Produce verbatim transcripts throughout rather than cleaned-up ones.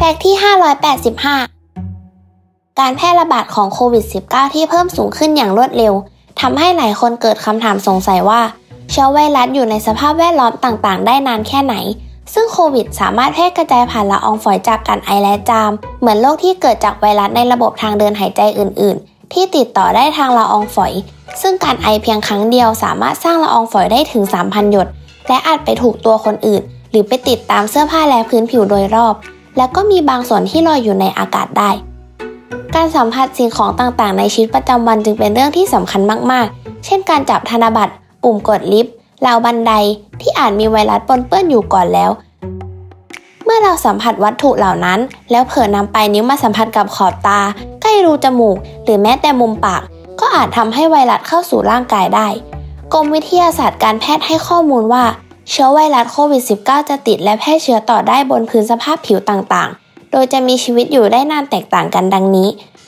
กต์ที่ห้าร้อยแปดสิบห้าการแพร่ระบาดของโควิด สิบเก้า ที่เพิ่มสูงขึ้นอย่างรวดเร็วทำให้หลายคนเกิดคำถามสงสัยว่าเชื้อไวรัสอยู่ในสภาพแวดล้อมต่างๆได้นานแค่ไหนซึ่งโควิดสามารถแพร่กระจายผ่านละอองฝอยจากการไอและจามเหมือนโรคที่เกิดจากไวรัสในระบบทางเดินหายใจอื่นๆที่ติดต่อได้ทางละอองฝอยซึ่งการไอเพียงครั้งเดียวสามารถสร้างละอองฝอยได้ถึง สามพัน หยดและอาจไปถูกตัวคนอื่นหรือไปติดตามเสื้อผ้าและพื้นผิวโดยรอบและก็มีบางส่วนที่ลอยอยู่ในอากาศได้การสัมผัสสิ่งของต่างๆในชีวิตประจำวันจึงเป็นเรื่องที่สำคัญมากๆเช่นการจับธนบัตรปุ่มกดลิฟต์ราวบันไดที่อาจมีไวรัสปนเปื้อนอยู่ก่อนแล้วเมื่อเราสัมผัสวัตถุเหล่านั้นแล้วเผลอนำปลายนิ้วมาสัมผัสกับขอบตาใกล้รูจมูกหรือแม้แต่มุมปากก็อาจทำให้ไวรัสเข้าสู่ร่างกายได้กรมวิทยาศาสตร์การแพทย์ให้ข้อมูลว่าเชื้อไวรัสโควิด สิบเก้า จะติดและแพร่เชื้อต่อได้บนพื้นสภาพผิวต่างๆโดยจะมีชีวิตอยู่ได้นานแตกต่างกันดังนี้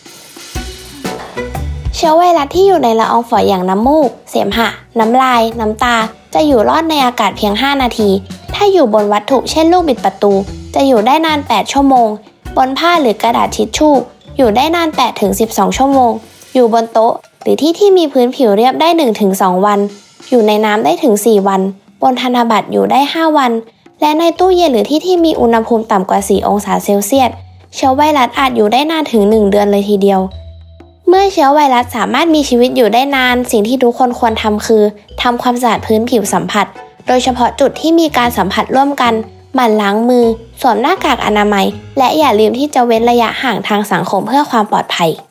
เชื้อไวรัสที่อยู่ในละอองฝอยอย่างน้ำมูกเสมหะน้ำลายน้ำตาจะอยู่รอดในอากาศเพียงห้านาทีถ้าอยู่บนวัตถุเช่นลูกบิดประตูจะอยู่ได้นานแปดชั่วโมงบนผ้าหรือกระดาษทิชชู่อยู่ได้นานแปดถึงสิบสองชั่วโมงอยู่บนโต๊ะหรือที่ที่มีพื้นผิวเรียบได้ หนึ่งถึงสอง วันอยู่ในน้ำได้ถึงสี่วันบนธนบัตรอยู่ได้ห้าวันและในตู้เย็นหรือที่ที่มีอุณหภูมิต่ำกว่าสี่องศาเซลเซียสเชื้อไวรัสอาจอยู่ได้นานถึงหนึ่งเดือนเลยทีเดียวเมื่อเชื้อไวรัสสามารถมีชีวิตอยู่ได้นานสิ่งที่ทุกคนควรทำคือทำความสะอาดพื้นผิวสัมผัสโดยเฉพาะจุดที่มีการสัมผัสร่วมกันหมั่นล้างมือสวมหน้ากากอนามัยและอย่าลืมที่จะเว้นระยะห่างทางสังคมเพื่อความปลอดภัย